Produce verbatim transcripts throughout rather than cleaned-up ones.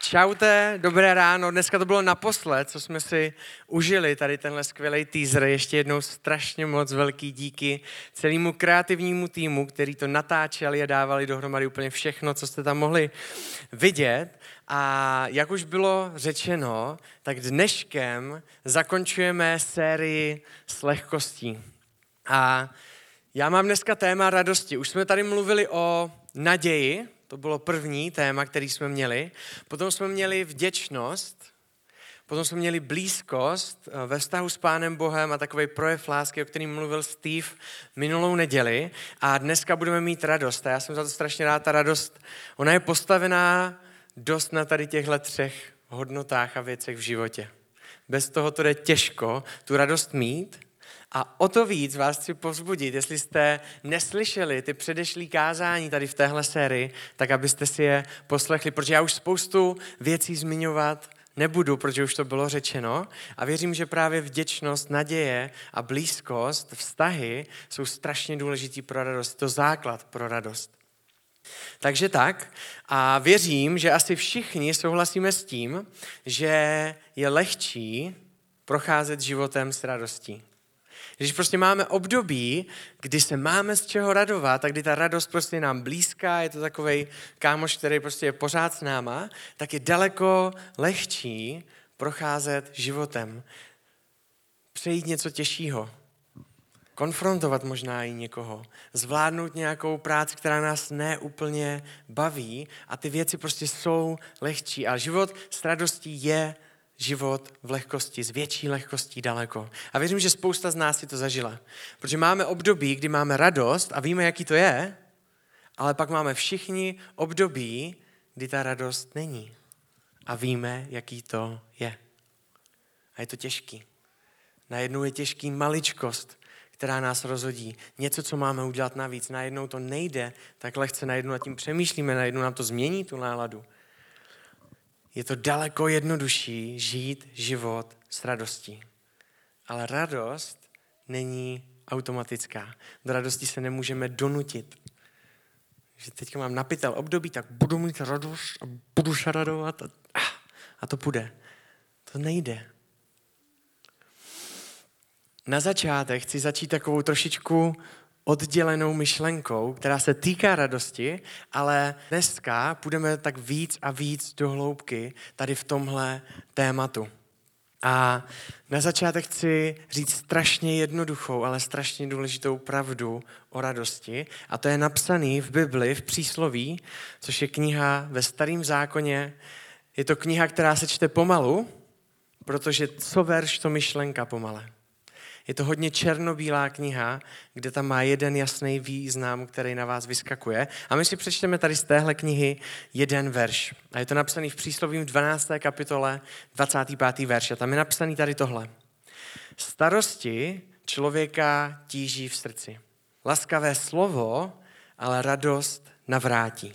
Čaute, dobré ráno. Dneska to bylo naposled, co jsme si užili tady tenhle skvělý teaser. Ještě jednou strašně moc velký díky celému kreativnímu týmu, který to natáčeli a dávali dohromady úplně všechno, co jste tam mohli vidět. A jak už bylo řečeno, tak dneškem zakončujeme sérii s lehkostí. A já mám dneska téma radosti. Už jsme tady mluvili o naději, to bylo první téma, který jsme měli. Potom jsme měli vděčnost, potom jsme měli blízkost ve vztahu s Pánem Bohem a takový projev lásky, o kterém mluvil Steve minulou neděli. A dneska budeme mít radost. A já jsem za to strašně rád. Ta radost, ona je postavená dost na tady těchto třech hodnotách a věcech v životě. Bez toho to jde těžko tu radost mít. A o to víc vás chci povzbudit, jestli jste neslyšeli ty předešlý kázání tady v téhle sérii, tak abyste si je poslechli, protože já už spoustu věcí zmiňovat nebudu, protože už to bylo řečeno a věřím, že právě vděčnost, naděje a blízkost, vztahy jsou strašně důležitý pro radost, to základ pro radost. Takže tak a věřím, že asi všichni souhlasíme s tím, že je lehčí procházet životem s radostí. Když prostě máme období, kdy se máme z čeho radovat a kdy ta radost prostě je nám blízká, je to takovej kámoš, který prostě je pořád s náma, tak je daleko lehčí procházet životem. Přejít něco těžšího, konfrontovat možná i někoho, zvládnout nějakou práci, která nás neúplně baví a ty věci prostě jsou lehčí. A život s radostí je život v lehkosti, s větší lehkostí daleko. A věřím, že spousta z nás si to zažila. Protože máme období, kdy máme radost a víme, jaký to je, ale pak máme všichni období, kdy ta radost není. A víme, jaký to je. A je to těžký. Najednou je těžký maličkost, která nás rozhodí. Něco, co máme udělat navíc. Najednou to nejde, tak lehce najednou nad tím přemýšlíme, najednou nám to změní tu náladu. Je to daleko jednodušší žít život s radostí. Ale radost není automatická. Do radosti se nemůžeme donutit. Že teďka mám napitel období, tak budu mít radost a budu se radovat a, a to půjde. To nejde. Na začátek chci začít takovou trošičku oddělenou myšlenkou, která se týká radosti, ale dneska půjdeme tak víc a víc do hloubky tady v tomhle tématu. A na začátek chci říct strašně jednoduchou, ale strašně důležitou pravdu o radosti. A to je napsaný v Bibli, v Přísloví, což je kniha ve Starém zákoně. Je to kniha, která se čte pomalu, protože co verš, to myšlenka pomale. Je to hodně černobílá kniha, kde tam má jeden jasný význam, který na vás vyskakuje. A my si přečteme tady z téhle knihy jeden verš. A je to napsaný v Příslovím dvanácté kapitole, dvacátý pátý verš. A tam je napsaný tady tohle. Starosti člověka tíží v srdci. Laskavé slovo, ale radost navrátí.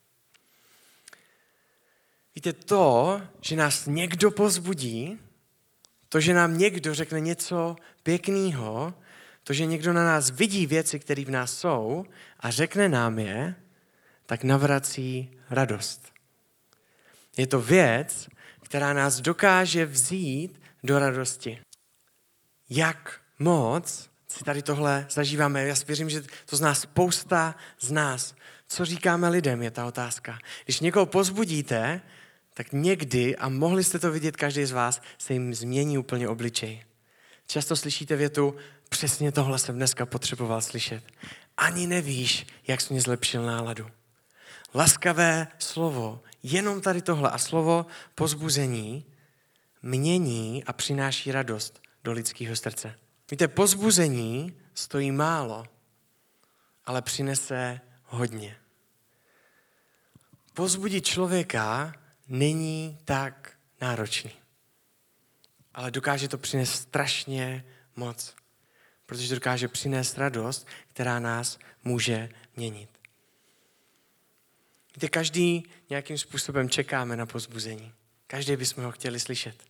Víte, to, že nás někdo povzbudí, to, že nám někdo řekne něco pěkného, to, že někdo na nás vidí věci, které v nás jsou a řekne nám je, tak navrací radost. Je to věc, která nás dokáže vzít do radosti. Jak moc si tady tohle zažíváme? Já věřím, že to zná spousta z nás. Co říkáme lidem, je ta otázka. Když někoho povzbudíte, tak někdy, a mohli jste to vidět každý z vás, se jim změní úplně obličej. Často slyšíte větu, přesně tohle jsem dneska potřeboval slyšet. Ani nevíš, jak jsi mě zlepšil náladu. Laskavé slovo, jenom tady tohle a slovo povzbuzení mění a přináší radost do lidského srdce. Víte, povzbuzení stojí málo, ale přinese hodně. Povzbudit člověka není tak náročný. Ale dokáže to přinést strašně moc. Protože to dokáže přinést radost, která nás může měnit. Víte, každý nějakým způsobem čekáme na povzbuzení. Každý bychom ho chtěli slyšet.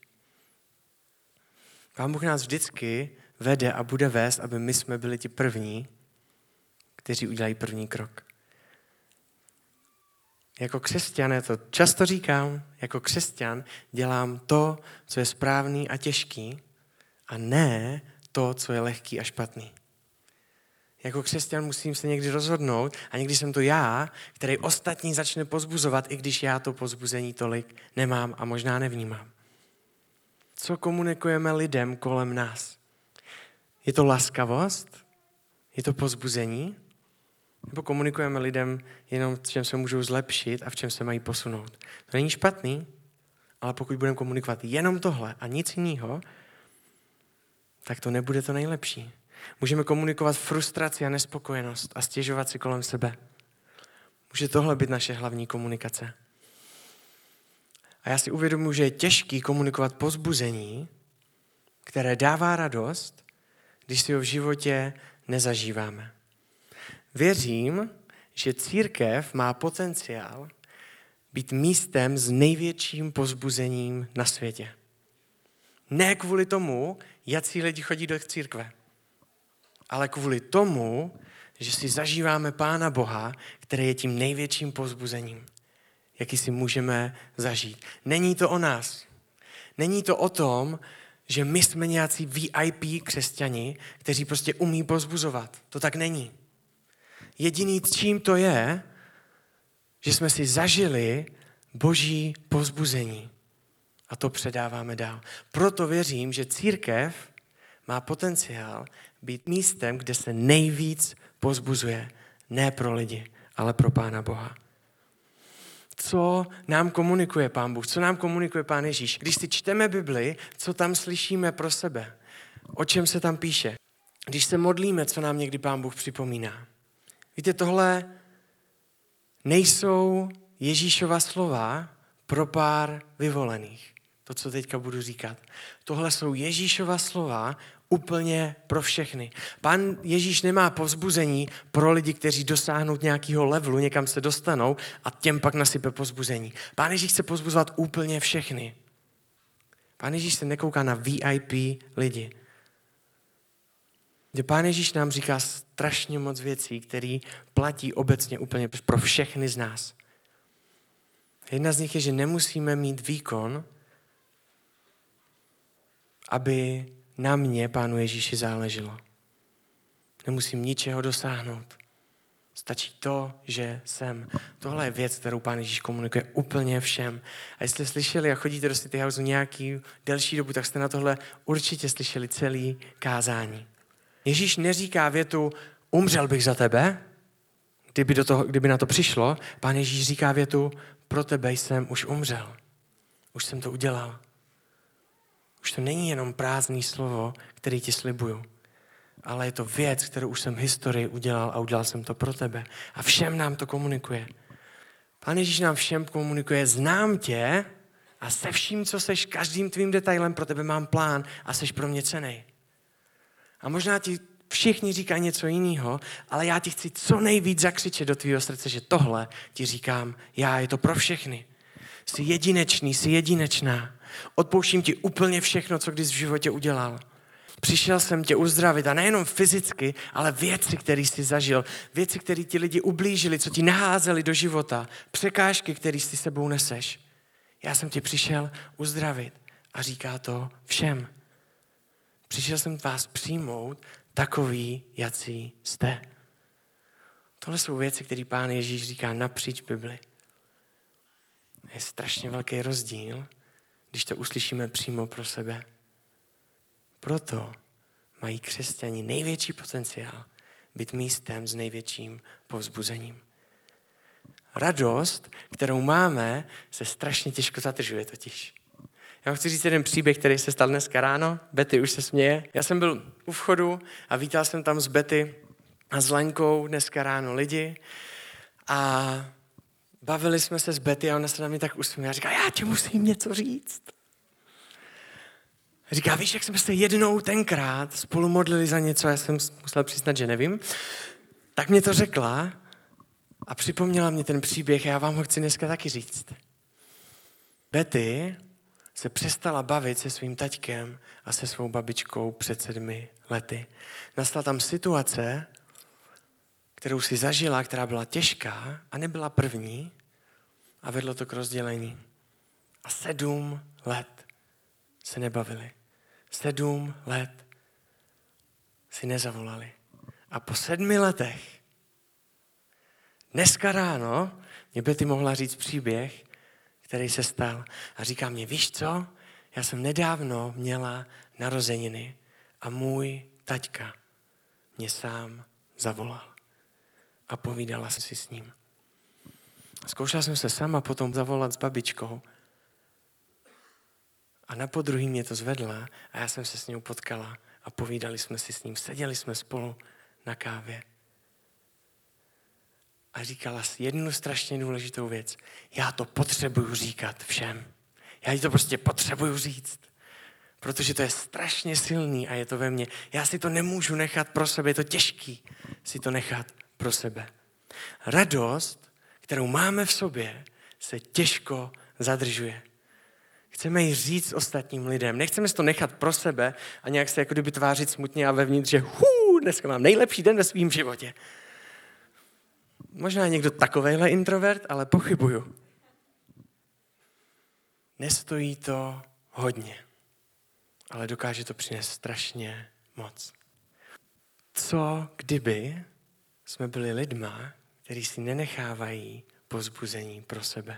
Pán Bůh nás vždycky vede a bude vést, aby my jsme byli ti první, kteří udělají první krok. Jako křesťan, já to často říkám, jako křesťan dělám to, co je správný a těžký, a ne to, co je lehký a špatný. Jako křesťan musím se někdy rozhodnout a někdy jsem to já, který ostatní začne pozbuzovat, i když já to pozbuzení tolik nemám a možná nevnímám. Co komunikujeme lidem kolem nás? Je to laskavost? Je to pozbuzení? Nebo komunikujeme lidem jenom, v čem se můžou zlepšit a v čem se mají posunout? To není špatný, ale pokud budeme komunikovat jenom tohle a nic jiného, tak to nebude to nejlepší. Můžeme komunikovat frustraci a nespokojenost a stěžovat si kolem sebe. Může tohle být naše hlavní komunikace. A já si uvědomuji, že je těžký komunikovat povzbuzení, které dává radost, když si ho v životě nezažíváme. Věřím, že církev má potenciál být místem s největším povzbuzením na světě. Ne kvůli tomu, jací lidi chodí do církve, ale kvůli tomu, že si zažíváme Pána Boha, který je tím největším povzbuzením, jaký si můžeme zažít. Není to o nás. Není to o tom, že my jsme nějací V I P křesťani, kteří prostě umí povzbuzovat. To tak není. Jediný, čím to je, že jsme si zažili Boží povzbuzení. A to předáváme dál. Proto věřím, že církev má potenciál být místem, kde se nejvíc povzbuzuje. Ne pro lidi, ale pro Pána Boha. Co nám komunikuje Pán Bůh? Co nám komunikuje Pán Ježíš? Když si čteme Bibli, co tam slyšíme pro sebe? O čem se tam píše? Když se modlíme, co nám někdy Pán Bůh připomíná? Víte, tohle nejsou Ježíšova slova pro pár vyvolených. To, co teďka budu říkat. Tohle jsou Ježíšova slova úplně pro všechny. Pán Ježíš nemá povzbuzení pro lidi, kteří dosáhnou nějakého levelu, někam se dostanou a těm pak nasype povzbuzení. Pán Ježíš chce povzbuzovat úplně všechny. Pán Ježíš se nekouká na V I P lidi. Kde Pán Ježíš nám říká strašně moc věcí, které platí obecně úplně pro všechny z nás. Jedna z nich je, že nemusíme mít výkon, aby na mě, Pánu Ježíši, záleželo. Nemusím ničeho dosáhnout. Stačí to, že jsem. Tohle je věc, kterou Pán Ježíš komunikuje úplně všem. A jestli jste slyšeli a chodíte do City Houseu nějaký delší dobu, tak jste na tohle určitě slyšeli celý kázání. Ježíš neříká větu, umřel bych za tebe, kdyby, do toho, kdyby na to přišlo. Pán Ježíš říká větu, pro tebe jsem už umřel. Už jsem to udělal. Už to není jenom prázdné slovo, které ti slibuju, ale je to věc, kterou už jsem v historii udělal a udělal jsem to pro tebe. A všem nám to komunikuje. Pán Ježíš nám všem komunikuje, znám tě a se vším, co seš, každým tvým detailem pro tebe mám plán a seš pro mě cennej. A možná ti všichni říkají něco jiného, ale já ti chci co nejvíc zakřičet do tvýho srdce, že tohle ti říkám já, je to pro všechny. Jsi jedinečný, jsi jedinečná. Odpouštím ti úplně všechno, co kdy jsi v životě udělal. Přišel jsem tě uzdravit a nejenom fyzicky, ale věci, které jsi zažil, věci, které ti lidi ublížili, co ti naházeli do života, překážky, které si sebou neseš. Já jsem tě přišel uzdravit a říká to všem. Přišel jsem vás přijmout takový, jací jste. Tohle jsou věci, které Pán Ježíš říká napříč Bibli. Je strašně velký rozdíl, když to uslyšíme přímo pro sebe. Proto mají křesťani největší potenciál být místem s největším povzbuzením. Radost, kterou máme, se strašně těžko zadržuje totiž. Já vám chci říct jeden příběh, který se stal dneska ráno. Betty už se směje. Já jsem byl u vchodu a vítal jsem tam s Betty a s Lenkou dneska ráno lidi a bavili jsme se s Betty a ona se na mě tak usměla a říká, já ti musím něco říct. Říká, víš, jak jsme se jednou tenkrát spolu modlili za něco, já jsem musel přiznat, že nevím, tak mě to řekla a připomněla mě ten příběh a já vám ho chci dneska taky říct. Betty se přestala bavit se svým taťkem a se svou babičkou před sedmi lety. Nastala tam situace, kterou si zažila, která byla těžká a nebyla první, a vedlo to k rozdělení. A sedm let se nebavili. Sedm let si nezavolali. A po sedmi letech, dneska ráno, mě Betty mohla říct příběh, který se stal. A říká mě, víš co? Já jsem nedávno měla narozeniny a můj taťka mě sám zavolal. A povídala jsem si s ním. Zkoušela jsem se sama potom zavolat s babičkou. A na podruhý mě to zvedla a já jsem se s ním potkala a povídali jsme si s ním. Seděli jsme spolu na kávě. A říkala si jednu strašně důležitou věc. Já to potřebuju říkat všem. Já jí to prostě potřebuju říct. Protože to je strašně silný a je to ve mně. Já si to nemůžu nechat pro sebe, je to těžký si to nechat pro sebe. Radost, kterou máme v sobě, se těžko zadržuje. Chceme ji říct ostatním lidem. Nechceme si to nechat pro sebe a nějak se jako kdyby tvářit smutně a vevnitř, že hů, dneska mám nejlepší den ve svém životě. Možná někdo takovejhle introvert, ale pochybuju. Nestojí to hodně, ale dokáže to přinést strašně moc. Co kdyby jsme byli lidma, kteří si nenechávají povzbuzení pro sebe?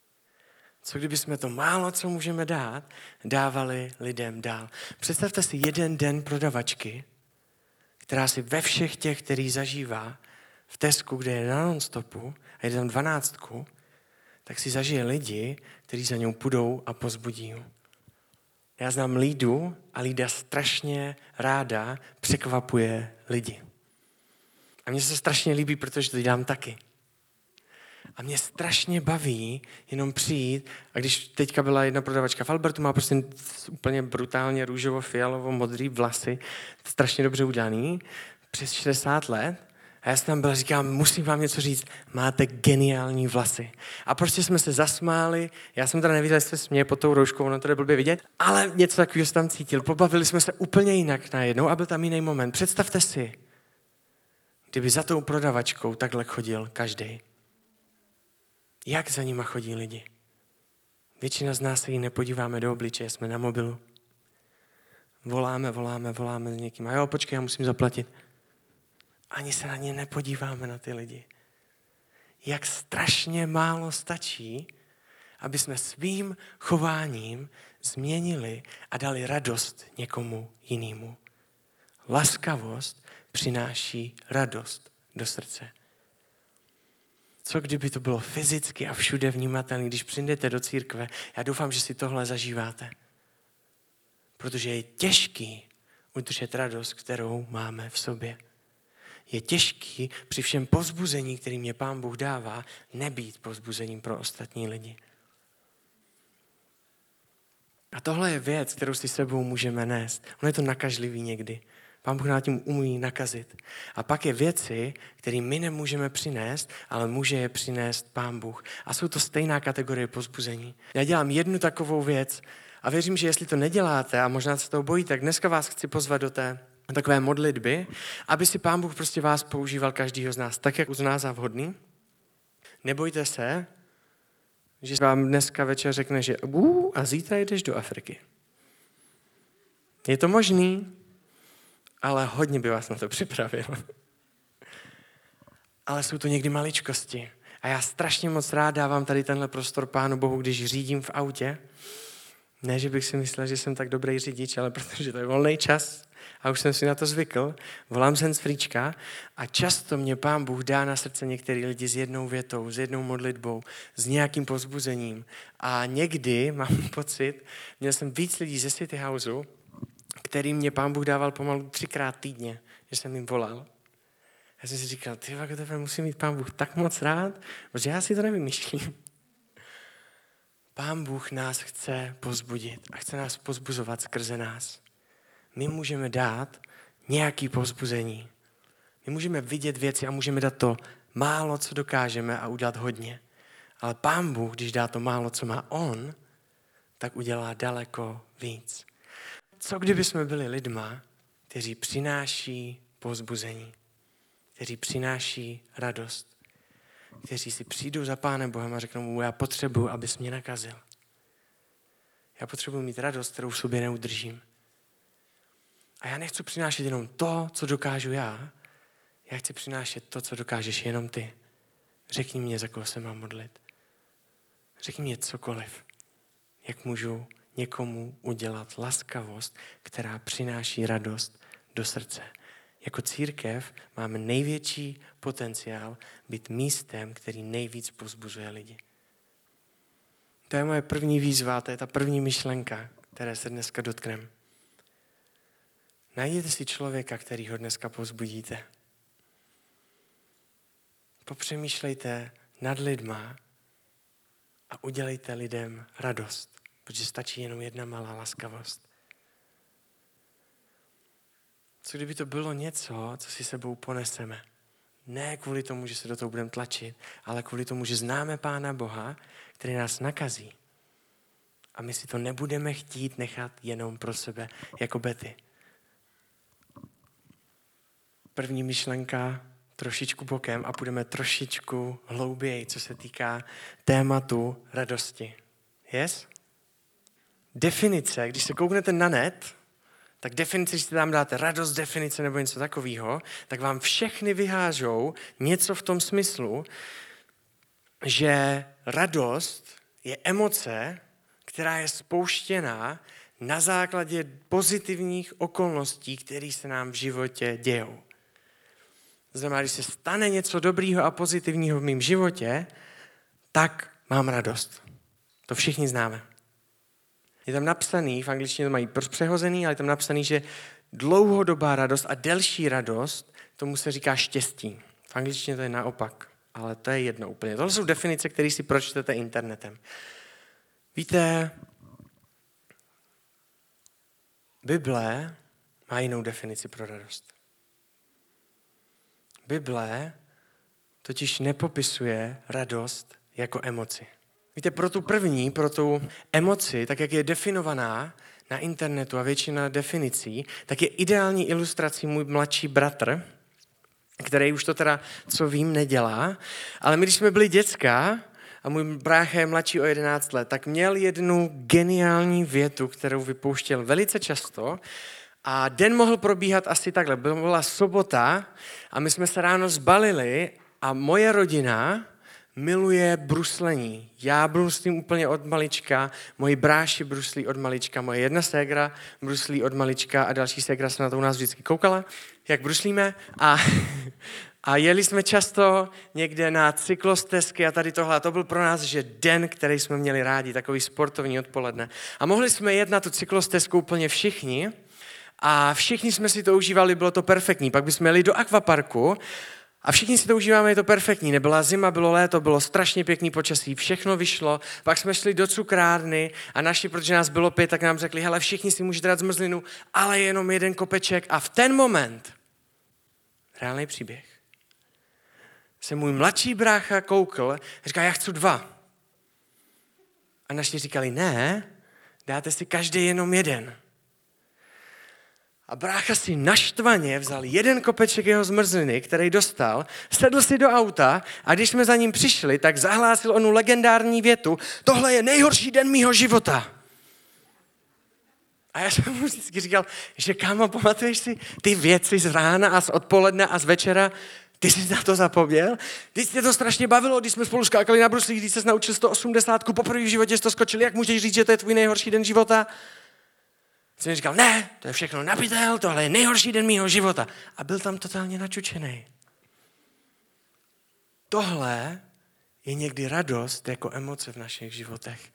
Co kdyby jsme to málo, co můžeme dát, dávali lidem dál? Představte si jeden den prodavačky, která si ve všech těch, který zažívá v Tesku, kde je na non-stopu a je tam dvanáctku, tak si zažije lidi, kteří za něj půjdou a pozbudí ji. Já znám Lídu a Lída strašně ráda překvapuje lidi. A mně se to strašně líbí, protože to dělám taky. A mě strašně baví jenom přijít, a když teďka byla jedna prodavačka v Albertu, má prostě úplně brutálně růžovo-fialovo-modrý vlasy, strašně dobře udělaný, přes šedesát let, a já jsem tam byl, říkám, musím vám něco říct, máte geniální vlasy. A prostě jsme se zasmáli, já jsem teda neviděl, jestli se směje pod tou rouškou, ono to jde blbě vidět, ale něco takového jsem tam cítil. Pobavili jsme se úplně jinak najednou a byl tam jiný moment. Představte si, kdyby za tou prodavačkou takhle chodil každý. Jak za nima chodí lidi? Většina z nás se jí nepodíváme do obličeje, jsme na mobilu. Voláme, voláme, voláme s někým. A jo, počkej, já musím zaplatit. Ani se na ně nepodíváme, na ty lidi. Jak strašně málo stačí, aby jsme svým chováním změnili a dali radost někomu jinému. Laskavost přináší radost do srdce. Co kdyby to bylo fyzicky a všude vnímatelné, když přijdete do církve? Já doufám, že si tohle zažíváte. Protože je těžký udržet radost, kterou máme v sobě. Je těžký při všem povzbuzení, který mě Pán Bůh dává, nebýt povzbuzením pro ostatní lidi. A tohle je věc, kterou si sebou můžeme nést. Ono je to nakažlivý někdy. Pán Bůh nám tím umí nakazit. A pak je věci, které my nemůžeme přinést, ale může je přinést Pán Bůh. A jsou to stejná kategorie povzbuzení. Já dělám jednu takovou věc a věřím, že jestli to neděláte a možná se toho bojíte, tak dneska vás chci pozvat do té takové modlitby, aby si Pán Bůh prostě vás používal každýho z nás, tak, jak uzná za vhodný. Nebojte se, že vám dneska večer řekne, že uh, a zítra jdeš do Afriky. Je to možný, ale hodně by vás na to připravil. Ale jsou to někdy maličkosti. A já strašně moc rád dávám tady tenhle prostor Pánu Bohu, když řídím v autě. Ne, že bych si myslel, že jsem tak dobrý řidič, ale protože to je volný čas a už jsem si na to zvykl. Volám z handsfreečka a často mě Pán Bůh dá na srdce některý lidi s jednou větou, s jednou modlitbou, s nějakým povzbuzením. A někdy mám pocit, měl jsem víc lidí ze City Houseu, který mě Pán Bůh dával pomalu třikrát týdně, že jsem jim volal. Já jsem si říkal, ty vako, tebe musí mít Pán Bůh tak moc rád, protože já si to nevymýšlím. Pán Bůh nás chce povzbudit a chce nás povzbuzovat skrze nás. My můžeme dát nějaké povzbuzení. My můžeme vidět věci a můžeme dát to málo, co dokážeme a udělat hodně. Ale Pán Bůh, když dá to málo, co má on, tak udělá daleko víc. Co kdyby jsme byli lidma, kteří přináší povzbuzení, kteří přináší radost? kteří si přijdou za Pánem Bohem a řeknou mu, já potřebuji, abys mě nakazil. Já potřebuji mít radost, kterou v sobě neudržím. A já nechci přinášet jenom to, co dokážu já. Já chci přinášet to, co dokážeš jenom ty. Řekni mě, za koho se mám modlit. Řekni mě cokoliv. Jak můžu někomu udělat laskavost, která přináší radost do srdce. Jako církev máme největší potenciál být místem, který nejvíc povzbuzuje lidi. To je moje první výzva, to je ta první myšlenka, které se dneska dotkneme. Najděte si člověka, který ho dneska povzbudíte. Popřemýšlejte nad lidma a udělejte lidem radost, protože stačí jenom jedna malá laskavost. Co kdyby to bylo něco, co si sebou poneseme? Ne kvůli tomu, že se do toho budeme tlačit, ale kvůli tomu, že známe Pána Boha, který nás nakazí. A my si to nebudeme chtít nechat jenom pro sebe, jako Betty. První myšlenka trošičku bokem a půjdeme trošičku hlouběji, co se týká tématu radosti. Yes? Definice, když se kouknete na net, tak definice, když si tam dáte radost, definice nebo něco takového, tak vám všechny vyhážou něco v tom smyslu, že radost je emoce, která je spouštěná na základě pozitivních okolností, které se nám v životě dějou. To znamená, když se stane něco dobrýho a pozitivního v mém životě, tak mám radost. To všichni známe. Je tam napsaný, v angličtině to mají přehozený, ale je tam napsaný, že dlouhodobá radost a delší radost, tomu se říká štěstí. V angličtině to je naopak, ale to je jedno úplně. Tohle jsou definice, které si pročtete internetem. Víte, Bible má jinou definici pro radost. Bible totiž nepopisuje radost jako emoci. Víte, pro tu první, pro tu emoci, tak jak je definovaná na internetu a většina definicí, tak je ideální ilustrací můj mladší bratr, který už to teda, co vím, nedělá. Ale my, když jsme byli děcka, a můj brácha je mladší o jedenáct let, tak měl jednu geniální větu, kterou vypouštěl velice často. A den mohl probíhat asi takhle. Byla sobota a my jsme se ráno zbalili a moje rodina miluje bruslení. Já bruslím úplně od malička, moji bráši bruslí od malička, moje jedna ségra bruslí od malička a další ségra se na to u nás vždycky koukala, jak bruslíme. A, a jeli jsme často někde na cyklostezky a tady tohle. A to byl pro nás že den, který jsme měli rádi, takový sportovní odpoledne. A mohli jsme jet na tu cyklostezku úplně všichni a všichni jsme si to užívali, bylo to perfektní. Pak bychom jeli do akvaparku a všichni si to užíváme, je to perfektní. Nebyla zima, bylo léto, bylo strašně pěkný počasí, všechno vyšlo. Pak jsme šli do cukrárny a naši, protože nás bylo pět, tak nám řekli, hele, všichni si můžete dát zmrzlinu, ale jenom jeden kopeček. A v ten moment, reálný příběh, se můj mladší brácha koukl a říká, já chci dva. A naši říkali, ne, dáte si každý jenom jeden. A brácha si naštvaně vzal jeden kopeček jeho zmrzliny, který dostal, sedl si do auta a když jsme za ním přišli, tak zahlásil onu legendární větu, tohle je nejhorší den mýho života. A já jsem mu vždycky říkal, že kámo, pamatuješ si ty věci z rána a z odpoledne a z večera, ty jsi na to zapomněl? Když tě to strašně bavilo, když jsme spolu skákali na bruslích, když jsi naučil sto osmdesát, poprvé v životě jsi to skočil, jak můžeš říct, že to je tvůj nejhorší den života? Jsem říkal, ne, to je všechno napitel, tohle je nejhorší den mýho života. A byl tam totálně načučený. Tohle je někdy radost jako emoce v našich životech.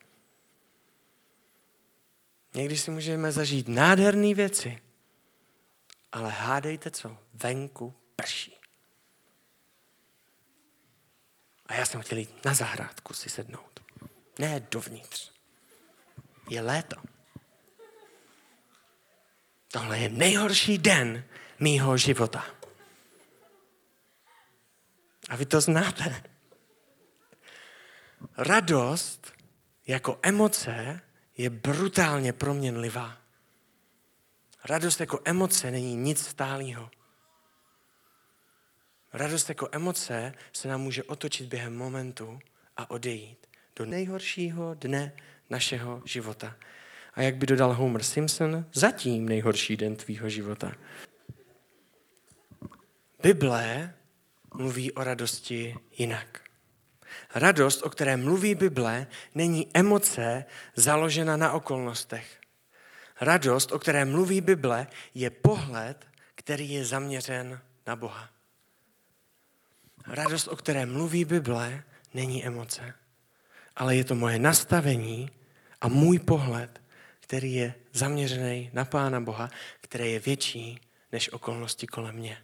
Někdy si můžeme zažít nádherné věci, ale hádejte co, venku prší. A já jsem chtěl jít na zahrádku si sednout. Ne dovnitř. Je léto. Tohle je nejhorší den mýho života. A vy to znáte. Radost jako emoce je brutálně proměnlivá. Radost jako emoce není nic stálého. Radost jako emoce se nám může otočit během momentu a odejít do nejhoršího dne našeho života. A jak by dodal Homer Simpson, zatím nejhorší den tvýho života. Bible mluví o radosti jinak. Radost, o které mluví Bible, není emoce založena na okolnostech. Radost, o které mluví Bible, je pohled, který je zaměřen na Boha. Radost, o které mluví Bible, není emoce, ale je to moje nastavení a můj pohled, který je zaměřený na Pána Boha, který je větší než okolnosti kolem mě.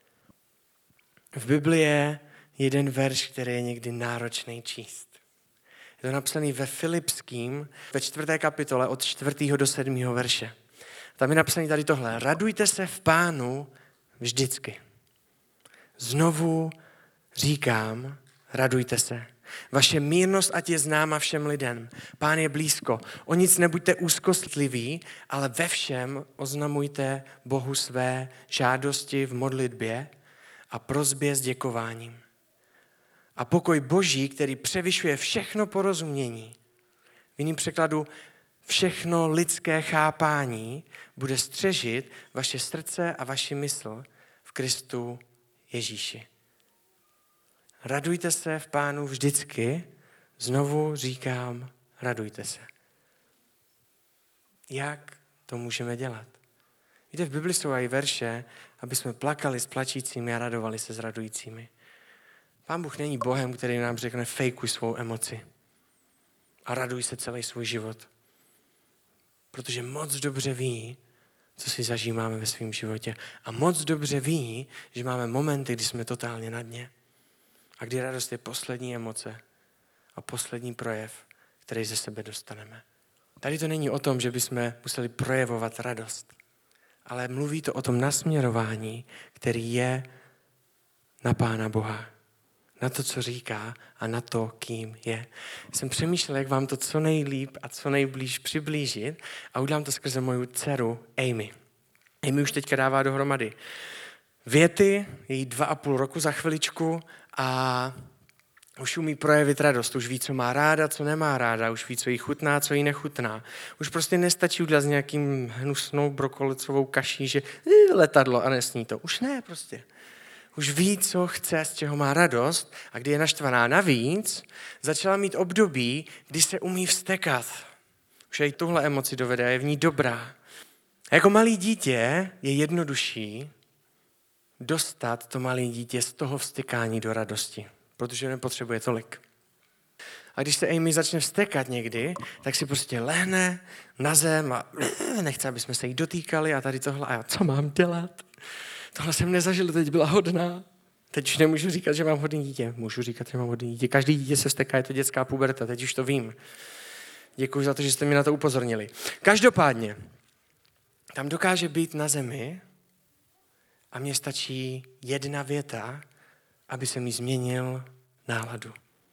V Biblii je jeden verš, který je někdy náročný číst. Je to napsaný ve Filipským, ve čtvrté kapitole od čtvrtého do sedmého verše. Tam je napsaný tady tohle. Radujte se v Pánu vždycky. Znovu říkám, radujte se. Vaše mírnost ať je známa všem lidem. Pán je blízko. O nic nebuďte úzkostliví, ale ve všem oznamujte Bohu své žádosti v modlitbě a prosbě s děkováním. A pokoj Boží, který převyšuje všechno porozumění, v jiném překladu všechno lidské chápání, bude střežit vaše srdce a vaši mysl v Kristu Ježíši. Radujte se v Pánu vždycky, znovu říkám, radujte se. Jak to můžeme dělat? Víte, v Bibli jsou i verše, aby jsme plakali s plačícími a radovali se s radujícími. Pán Bůh není Bohem, který nám řekne fejkuj svou emoci a raduj se celý svůj život. Protože moc dobře ví, co si zažíváme ve svém životě. A moc dobře ví, že máme momenty, kdy jsme totálně na dně. A kdy radost je poslední emoce a poslední projev, který ze sebe dostaneme. Tady to není o tom, že bychom museli projevovat radost, ale mluví to o tom nasměrování, který je na Pána Boha. Na to, co říká a na to, kým je. Jsem přemýšlel, jak vám to co nejlíp a co nejblíž přiblížit a udělám to skrze moju dceru Amy. Amy už teďka dává dohromady věty, její dva a půl roku za chviličku a už umí projevit radost, už ví, co má ráda, co nemá ráda, už ví, co jí chutná, co jí nechutná. Už prostě nestačí udělat s nějakým hnusnou brokolicovou kaší, že letadlo a nesní to. Už ne prostě. Už ví, co chce, z čeho má radost a kdy je naštvaná navíc, začala mít období, kdy se umí vztekat. Už i tuhle emoci dovede, je v ní dobrá. A jako malý dítě je jednodušší dostat to malé dítě z toho vztekání do radosti, protože nepotřebuje tolik. A když se Amy začne vztekat někdy, tak si prostě lehne na zem a nechce, aby jsme se jí dotýkali a tady tohle. A já, co mám dělat? Tohle jsem nezažil, teď byla hodná. Teď už nemůžu říkat, že mám hodný dítě. Můžu říkat, že mám hodný dítě. Každý dítě se vzteká, je to dětská puberta, teď už to vím. Děkuji za to, že jste mi na to upozornili. Každopádně, tam dokáže být na zemi a mně stačí jedna věta, aby se mi změnil náladu.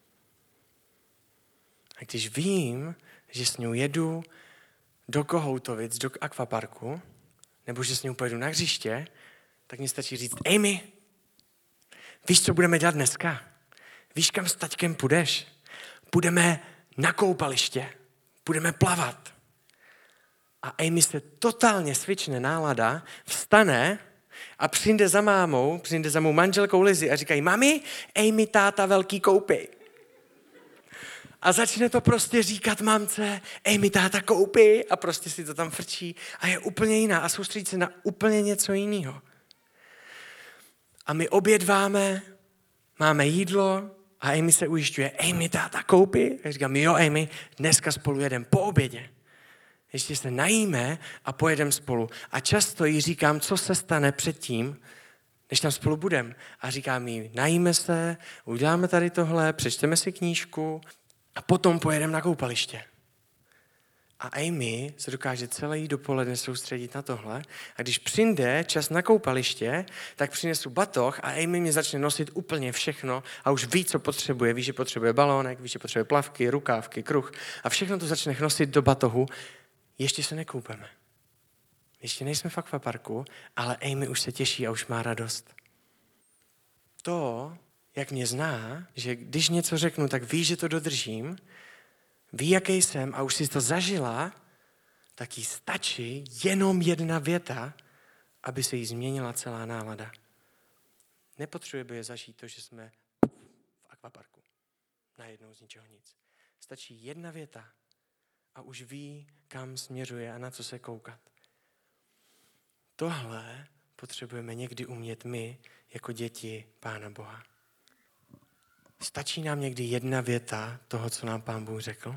A když vím, že s ní jedu do Kohoutovic, do akvaparku, nebo že s ní pojedu na hřiště, tak mi stačí říct, Amy, víš, co budeme dělat dneska? Víš, kam s taťkem půjdeš? Půjdeme na koupaliště, budeme plavat. A Amy se totálně svične nálada, vstane a přijde za mámou, přijde za mou manželkou Lizy a říkají, mami, Amy, táta velký koupí. A začne to prostě říkat mamce, Amy, táta koupí a prostě si to tam frčí a je úplně jiná a soustředí se na úplně něco jiného. A my obědváme, máme jídlo a Amy se ujišťuje, Amy, táta koupí. A říkám, jo, Amy, dneska spolu jedem po obědě. Ještě se najíme a pojedeme spolu. A často jí říkám, co se stane předtím, než tam spolu budeme. A říkám jí, najíme se, uděláme tady tohle, přečteme si knížku a potom pojedeme na koupaliště. A Amy se dokáže celý dopoledne soustředit na tohle. A když přijde čas na koupaliště, tak přinesu batoh a Amy mě začne nosit úplně všechno a už ví, co potřebuje. Ví, že potřebuje balónek, ví, že potřebuje plavky, rukávky, kruh. A všechno to začne nosit do batohu. Ještě se nekoupeme. Ještě nejsme v akvaparku, ale Amy už se těší a už má radost. to, jak mě zná, že když něco řeknu, tak ví, že to dodržím, ví, jaký jsem a už si to zažila, tak jí stačí jenom jedna věta, aby se jí změnila celá nálada. Nepotřebuje je zažít to, že jsme v akvaparku. Najednou z ničeho nic. Stačí jedna věta a už ví, kam směřuje a na co se koukat. Tohle potřebujeme někdy umět my, jako děti Pána Boha. Stačí nám někdy jedna věta toho, co nám Pán Bůh řekl?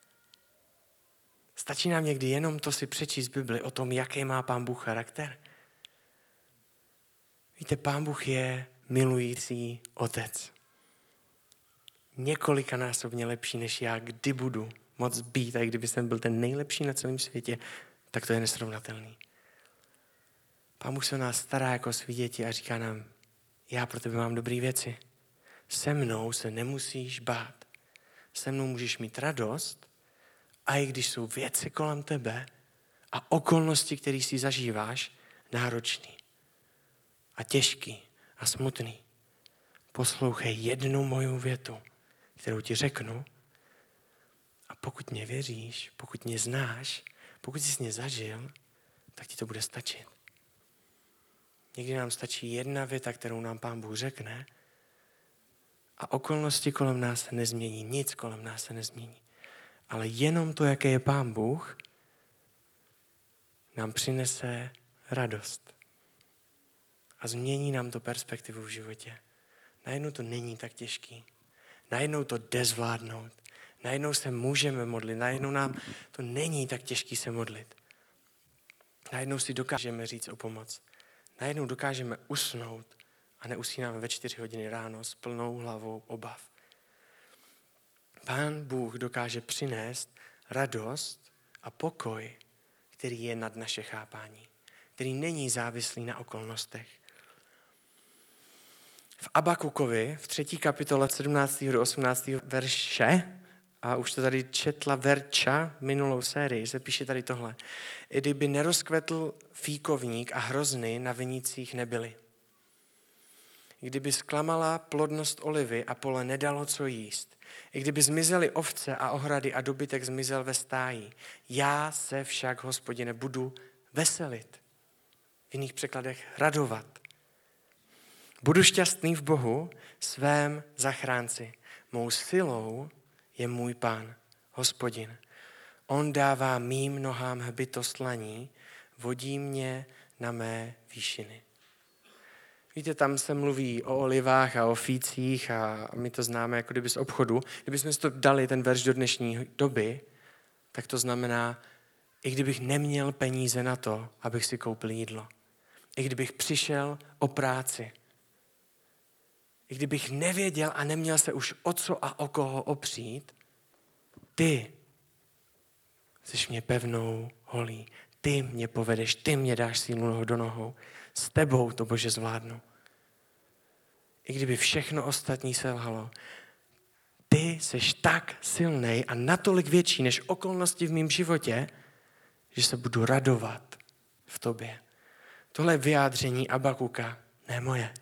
Stačí nám někdy jenom to si přečíst v Bibli o tom, jaký má Pán Bůh charakter? Víte, Pán Bůh je milující otec. Několikanásobně lepší, než já kdy budu moc být. A kdyby jsem byl ten nejlepší na celém světě, tak to je nesrovnatelný. Pán Bůh se o nás stará jako svý děti a říká nám, já pro tebe mám dobré věci. Se mnou se nemusíš bát. Se mnou můžeš mít radost, a i když jsou věci kolem tebe a okolnosti, které si zažíváš, náročný a těžký a smutný. Poslouchej jednu moju větu, kterou ti řeknu, a pokud mě věříš, pokud mě znáš, pokud jsi mě zažil, tak ti to bude stačit. Někdy nám stačí jedna věta, kterou nám Pán Bůh řekne, a okolnosti kolem nás se nezmění, nic kolem nás se nezmění. Ale jenom to, jaký je Pán Bůh, nám přinese radost. A změní nám to perspektivu v životě. Najednou to není tak těžký. Najednou to jde zvládnout. Najednou se můžeme modlit. Najednou nám to není tak těžký se modlit. Najednou si dokážeme říct o pomoc. Najednou dokážeme usnout a neusínáme ve čtyři hodiny ráno s plnou hlavou obav. Pán Bůh dokáže přinést radost a pokoj, který je nad naše chápání, který není závislý na okolnostech. V Abakukovi, v třetí kapitole sedmnáctého do osmnáctého verše, a už to tady četla Verča minulou sérii, se píše tady tohle. I kdyby nerozkvetl fíkovník a hrozny na vinících nebyly. Kdyby zklamala plodnost olivy a pole nedalo co jíst. I kdyby zmizely ovce a ohrady a dobytek zmizel ve stáji. Já se však, Hospodine, budu veselit. V jiných překladech radovat. Budu šťastný v Bohu, svém zachránci. Mou silou je můj Pán, Hospodin. On dává mým nohám hbitost laní, vodí mě na mé výšiny. Víte, tam se mluví o olivách a o fících a my to známe jako kdyby z obchodu. Kdybychom si to dali, ten verš do dnešní doby, tak to znamená, i kdybych neměl peníze na to, abych si koupil jídlo. I kdybych přišel o práci. I kdybych nevěděl a neměl se už o co a o koho opřít, ty jsi mě pevnou holí. Ty mě povedeš, ty mě dáš sílu do nohou. S tebou to, Bože, zvládnu. I kdyby všechno ostatní selhalo, ty jsi tak silnej a natolik větší než okolnosti v mém životě, že se budu radovat v tobě. Tohle je vyjádření Abakuka, ne moje.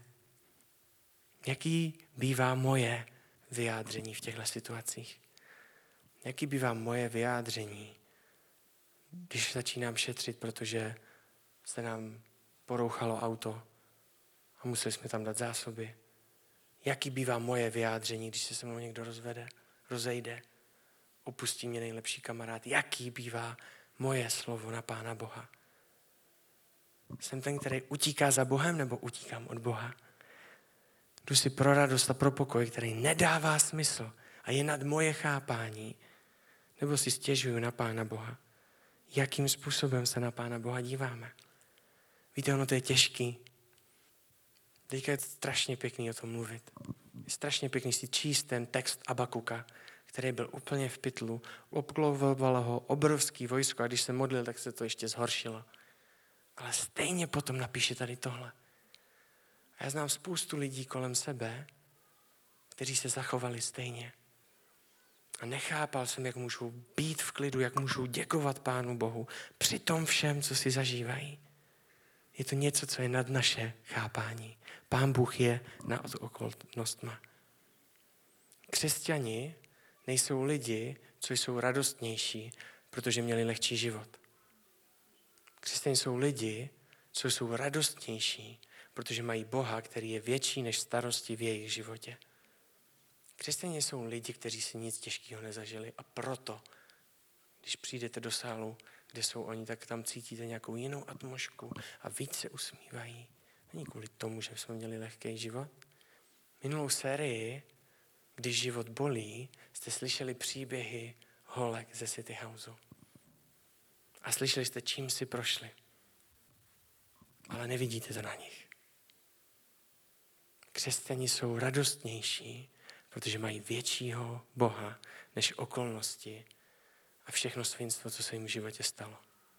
Jaký bývá moje vyjádření v těchto situacích? Jaký bývá moje vyjádření, když začínám šetřit, protože se nám porouchalo auto a museli jsme tam dát zásoby? Jaký bývá moje vyjádření, když se se mnou někdo rozvede, rozejde, opustí mě nejlepší kamarád? Jaký bývá moje slovo na Pána Boha? Jsem ten, který utíká za Bohem, nebo utíkám od Boha? Jdu si pro radost a pro pokoj, který nedává smysl a je nad moje chápání, nebo si stěžuju na Pána Boha? Jakým způsobem se na Pána Boha díváme? Víte, ono to je těžký. Teďka je strašně pěkný o tom mluvit. Je strašně pěkný si číst ten text Abakuka, který byl úplně v pytlu, obklopovalo ho obrovský vojsko a když se modlil, tak se to ještě zhoršilo. Ale stejně potom napíše tady tohle. A já znám spoustu lidí kolem sebe, kteří se zachovali stejně. A nechápal jsem, jak můžou být v klidu, jak můžou děkovat Pánu Bohu při tom všem, co si zažívají. Je to něco, co je nad naše chápání. Pán Bůh je nad okolnostma. Křesťani nejsou lidi, co jsou radostnější, protože měli lehčí život. Křesťané jsou lidi, co jsou radostnější, protože mají Boha, který je větší než starosti v jejich životě. Křesťané jsou lidi, kteří si nic těžkého nezažili a proto, když přijdete do sálu, kde jsou oni, tak tam cítíte nějakou jinou atmosféru a víc se usmívají. Není kvůli tomu, že jsme měli lehký život. Minulou sérii, když život bolí, jste slyšeli příběhy holek ze City Houseu. A slyšeli jste, čím si prošli. Ale nevidíte to na nich. Křesťani jsou radostnější, protože mají většího Boha než okolnosti a všechno svinstvo, co se jim v životě stalo.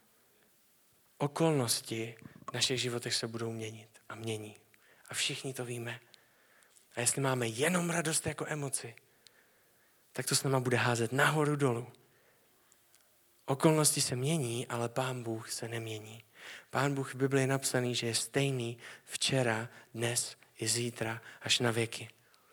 Okolnosti v našich životech se budou měnit a mění. A všichni to víme. A jestli máme jenom radost jako emoci, tak to s náma bude házet nahoru dolů. Okolnosti se mění, ale Pán Bůh se nemění. Pán Bůh v Biblii je napsaný, že je stejný včera, dnes i zítra až na věky.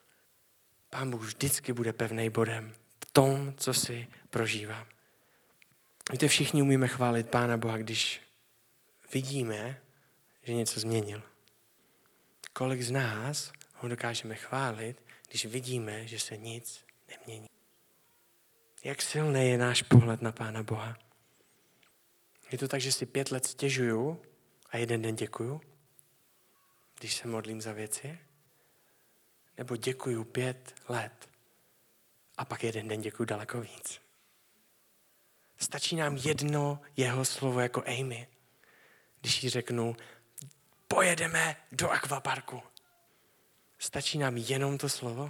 Pán Bůh vždycky bude pevnej bodem v tom, co si prožívám. Víte, všichni umíme chválit Pána Boha, když vidíme, že něco změnil. Kolik z nás ho dokážeme chválit, když vidíme, že se nic nemění. Jak silný je náš pohled na Pána Boha. Je to tak, že si pět let stěžuju a jeden den děkuju, když se modlím za věci? Nebo děkuju pět let a pak jeden den děkuju daleko víc? Stačí nám jedno jeho slovo jako Amy, když jí řeknu, pojedeme do akvaparku. Stačí nám jenom to slovo?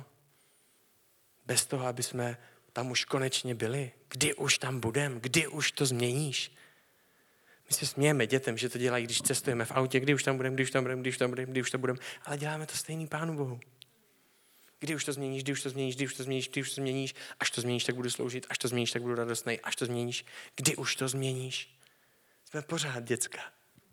Bez toho, aby jsme tam už konečně byli? Kdy už tam budem? Kdy už to změníš? My se smějeme dětem, že to dělají, když cestujeme v autě, kdy už tam budem, kdy už tam budem, kdy už tam budem, kdy už to budem, ale děláme to stejný Pánu Bohu. Kdy už to změníš, kdy už to změníš, kdy už to změníš, kdy už to změníš, až to změníš, tak budu sloužit, až to změníš, tak budu radostnej, až to změníš, kdy už to změníš. Jsme pořád děcka.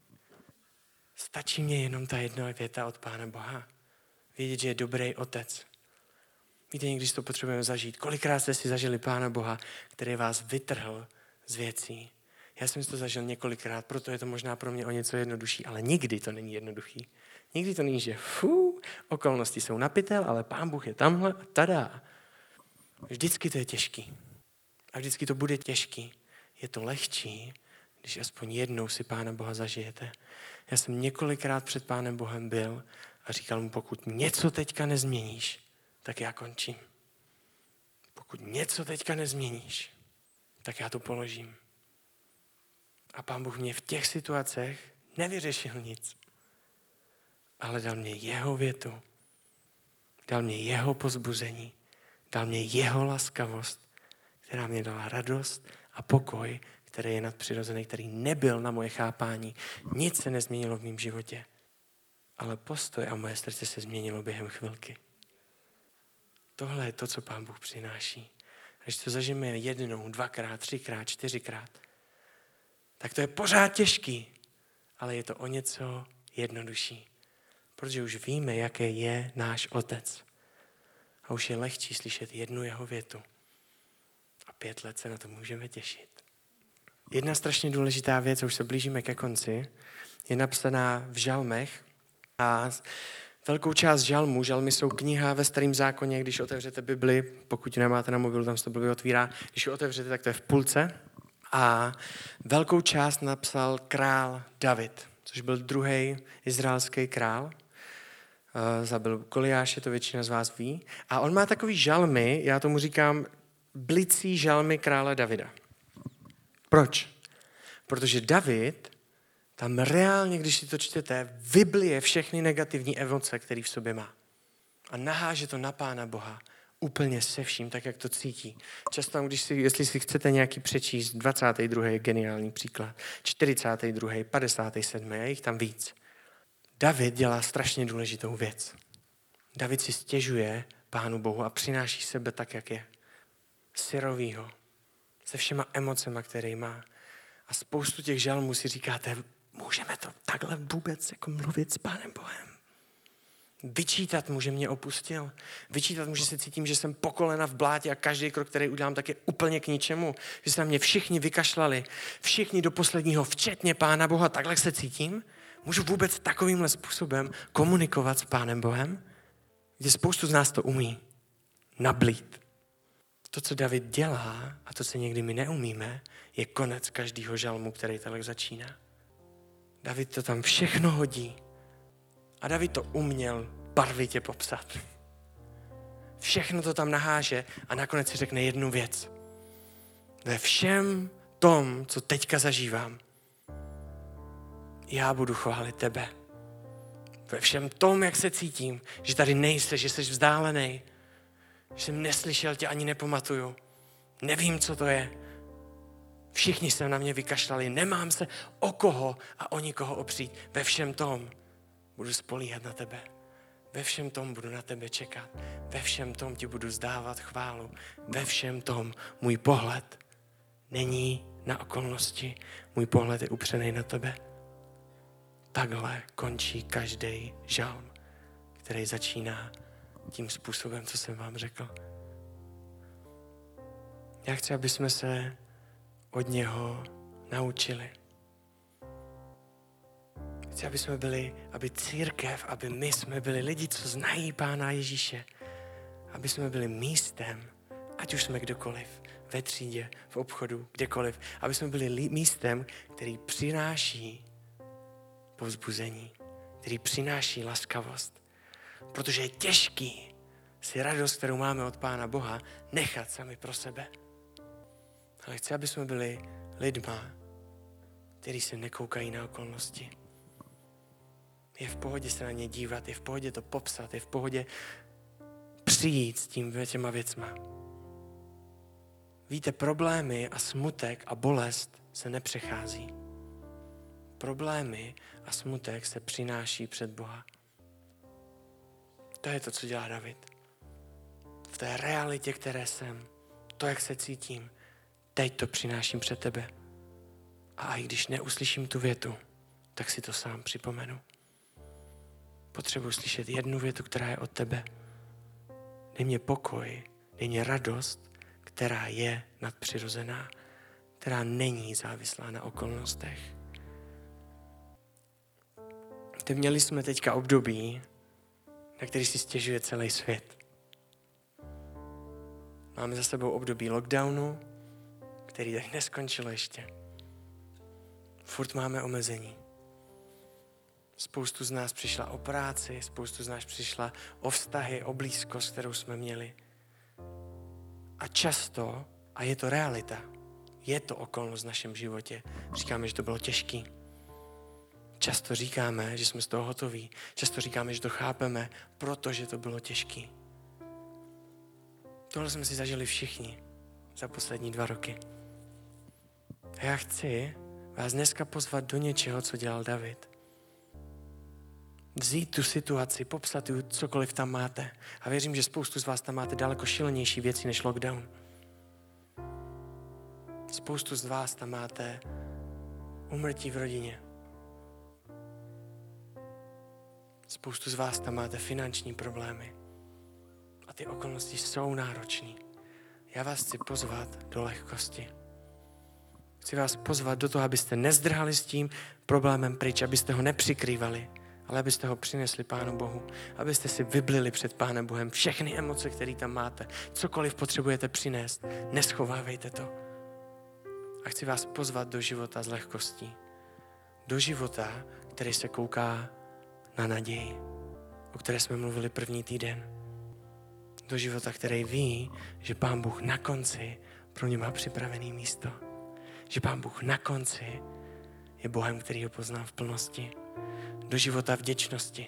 Stačí mě jenom ta jedna věta od Pána Boha. Vědět, že je dobrý otec. Víte, někdy to potřebujeme zažít. Kolikrát jste si zažili Pána Boha, který vás vytrhl z věcí. Já jsem si to zažil několikrát, proto je to možná pro mě o něco jednodušší, ale nikdy to není jednoduchý. Nikdy to není, že fů, okolnosti jsou na pytel, ale Pán Bůh je tamhle a tada. Vždycky to je těžký. A vždycky to bude těžký. Je to lehčí, když aspoň jednou si Pána Boha zažijete. Já jsem několikrát před Pánem Bohem byl a říkal mu, pokud něco teďka nezměníš, tak já končím. Pokud něco teďka nezměníš, tak já to položím. A Pán Bůh mě v těch situacích nevyřešil nic, ale dal mě jeho větu, dal mě jeho pozbuzení, dal mě jeho laskavost, která mě dala radost a pokoj, který je nadpřirozený, který nebyl na moje chápání. Nic se nezměnilo v mém životě, ale postoj a moje srdce se změnilo během chvilky. Tohle je to, co Pán Bůh přináší. Když to zažijeme jednou, dvakrát, třikrát, čtyřikrát, tak to je pořád těžký, ale je to o něco jednodušší. Protože už víme, jaký je náš otec. A už je lehčí slyšet jednu jeho větu. A pět let se na to můžeme těšit. Jedna strašně důležitá věc, už se blížíme ke konci, je napsaná v žalmech. A velkou část žalmů, žalmy jsou kniha ve Starém zákoně, když otevřete Bibli, pokud nemáte na mobilu, tam se to Bibli otvírá, když ji otevřete, tak to je v půlce. A velkou část napsal král David, což byl druhý izraelský král. Zabil Goliáše, to většina z vás ví. A on má takový žalmy, já tomu říkám blicí žalmy krále Davida. Proč? Protože David tam reálně, když si to čtete, vyblije všechny negativní emoce, které v sobě má. A naháže to na Pána Boha úplně se vším, tak jak to cítí. Často, když si, jestli si chcete nějaký přečíst, dvacátý druhý geniální příklad, čtyřicátý druhý, padesátý sedmý a jich tam víc. David dělá strašně důležitou věc. David si stěžuje Pánu Bohu a přináší sebe tak, jak je. Syrovýho. Se všema emocema, které má. A spoustu těch žalmů si říkáte, Můžeme to takhle vůbec jako mluvit s Pánem Bohem. Vyčítat mu, že mě opustil. Vyčítat mu, že se cítím, že jsem po kolena v blátě a každý krok, který udělám, tak je úplně k ničemu. Že se na mě všichni vykašlali. Všichni do posledního, včetně Pána Boha. Takhle se cítím? Můžu vůbec takovýmhle způsobem komunikovat s Pánem Bohem? Kde spoustu z nás to umí. Nablít. To, co David dělá a to, co někdy my neumíme, je konec každého žalmu, který takhle začíná. David to tam všechno hodí. A David to uměl barvitě popsat. Všechno to tam naháže a nakonec si řekne jednu věc. Ve všem tom, co teďka zažívám, já budu chválit tebe. Ve všem tom, jak se cítím, že tady nejseš, že jsi vzdálený, že jsem neslyšel tě ani nepamatuju. Nevím, co to je. Všichni se na mě vykašlali. Nemám se o koho a o nikoho opřít. Ve všem tom budu spolíhat na tebe. Ve všem tom budu na tebe čekat. Ve všem tom ti budu zdávat chválu. Ve všem tom můj pohled není na okolnosti. Můj pohled je upřený na tebe. Takhle končí každý žalm, který začíná tím způsobem, co jsem vám řekl. Já chci, aby jsme se od něho naučili. Chci, aby jsme byli, aby církev, aby my jsme byli lidi, co znají Pána Ježíše. Aby jsme byli místem, ať už jsme kdokoliv, ve třídě, v obchodu, kdekoliv. Aby jsme byli místem, který přináší povzbuzení, který přináší laskavost. Protože je těžký si radost, kterou máme od Pána Boha, nechat sami pro sebe. Ale chci, aby jsme byli lidma, kteří se nekoukají na okolnosti. Je v pohodě se na ně dívat, je v pohodě to popsat, je v pohodě přijít s tím těma věcma. Víte, problémy a smutek a bolest se nepřechází. Problémy a smutek se přináší před Boha. To je to, co dělá David. V té realitě, které jsem, to, jak se cítím, teď to přináším před tebe. A i když neuslyším tu větu, tak si to sám připomenu. Potřebuji slyšet jednu větu, která je od tebe. Dej mě pokoj, dej mě radost, která je nadpřirozená, která není závislá na okolnostech. Teď měli jsme teďka období, na který si stěžuje celý svět. Máme za sebou období lockdownu, který tady neskončilo ještě. Furt máme omezení. Spoustu z nás přišla o práci, spoustu z nás přišla o vztahy, o blízkost, kterou jsme měli. A často, a je to realita, je to okolnost v našem životě, říkáme, že to bylo těžký. Často říkáme, že jsme z toho hotoví. Často říkáme, že to chápeme, protože to bylo těžký. Tohle jsme si zažili všichni za poslední dva roky. A já chci vás dneska pozvat do něčeho, co dělal David. Vzít tu situaci, popsat ju, cokoliv tam máte. A věřím, že spoustu z vás tam máte daleko šílenější věci než lockdown. Spoustu z vás tam máte úmrtí v rodině. Spoustu z vás tam máte finanční problémy. A ty okolnosti jsou náročné. Já vás chci pozvat do lehkosti. Chci vás pozvat do toho, abyste nezdrhali s tím problémem pryč, abyste ho nepřikrývali, ale abyste ho přinesli Pánu Bohu, abyste si vyblili před Pánem Bohem všechny emoce, které tam máte. Cokoliv potřebujete přinést, neschovávejte to. A chci vás pozvat do života s lehkostí. Do života, který se kouká na naději, o které jsme mluvili první týden. Do života, který ví, že Pán Bůh na konci pro ně má připravené místo. Že Pán Bůh na konci je Bohem, který ho pozná v plnosti. Do života vděčnosti.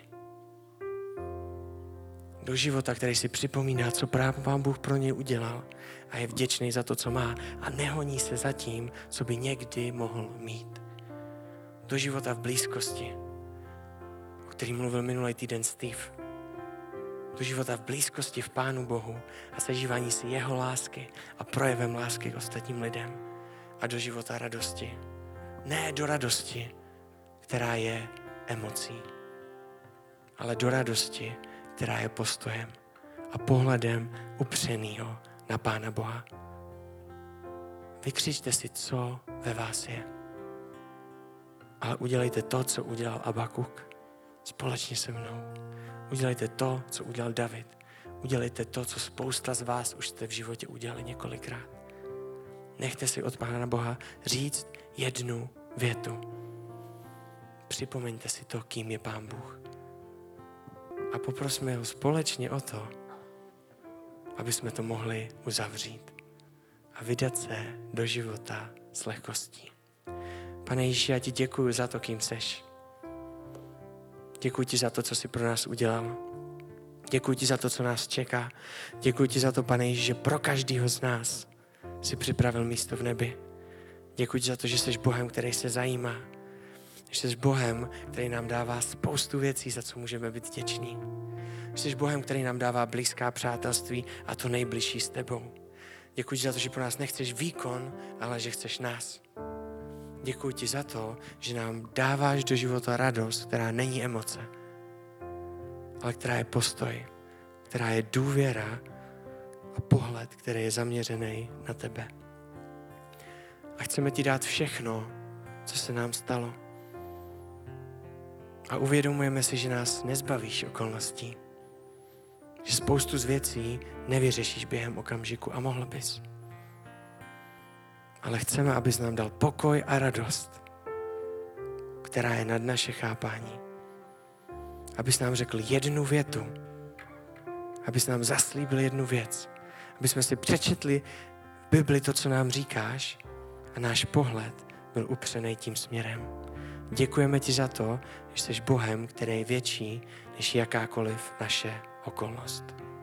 Do života, který si připomíná, co právě Pán Bůh pro něj udělal a je vděčný za to, co má a nehoní se za tím, co by někdy mohl mít. Do života v blízkosti, o kterém mluvil minulý týden Steve. Do života v blízkosti v Pánu Bohu a zažívání si jeho lásky a projevem lásky k ostatním lidem. A do života radosti. Ne do radosti, která je emocí, ale do radosti, která je postojem a pohledem upřenýho na Pána Boha. Vykřičte si, co ve vás je. Ale udělejte to, co udělal Abakuk společně se mnou. Udělejte to, co udělal David. Udělejte to, co spousta z vás už jste v životě udělali několikrát. Nechte si od Pána Boha říct jednu větu. Připomeňte si to, kým je Pán Bůh. A poprosme ho společně o to, aby jsme to mohli uzavřít a vydat se do života s lehkostí. Pane Ježíši, já ti děkuji za to, kým seš. Děkuji ti za to, co jsi pro nás udělal. Děkuji ti za to, co nás čeká. Děkuji ti za to, Pane Ježíši, že pro každého z nás jsi připravil místo v nebi. Děkuji ti za to, že jsi Bohem, který se zajímá. Že jsi Bohem, který nám dává spoustu věcí, za co můžeme být vděční. Že jsi Bohem, který nám dává blízká přátelství a to nejbližší s tebou. Děkuji ti za to, že pro nás nechceš výkon, ale že chceš nás. Děkuji ti za to, že nám dáváš do života radost, která není emoce, ale která je postoj, která je důvěra a pohled, který je zaměřený na tebe. A chceme ti dát všechno, co se nám stalo. A uvědomujeme si, že nás nezbavíš okolností. Že spoustu z věcí nevyřešíš během okamžiku a mohl bys. Ale chceme, abys nám dal pokoj a radost, která je nad naše chápání. Abys nám řekl jednu větu. Abys nám zaslíbil jednu věc. Aby jsme si přečetli v Bibli to, co nám říkáš a náš pohled byl upřený tím směrem. Děkujeme ti za to, že jsi Bohem, který je větší než jakákoliv naše okolnost.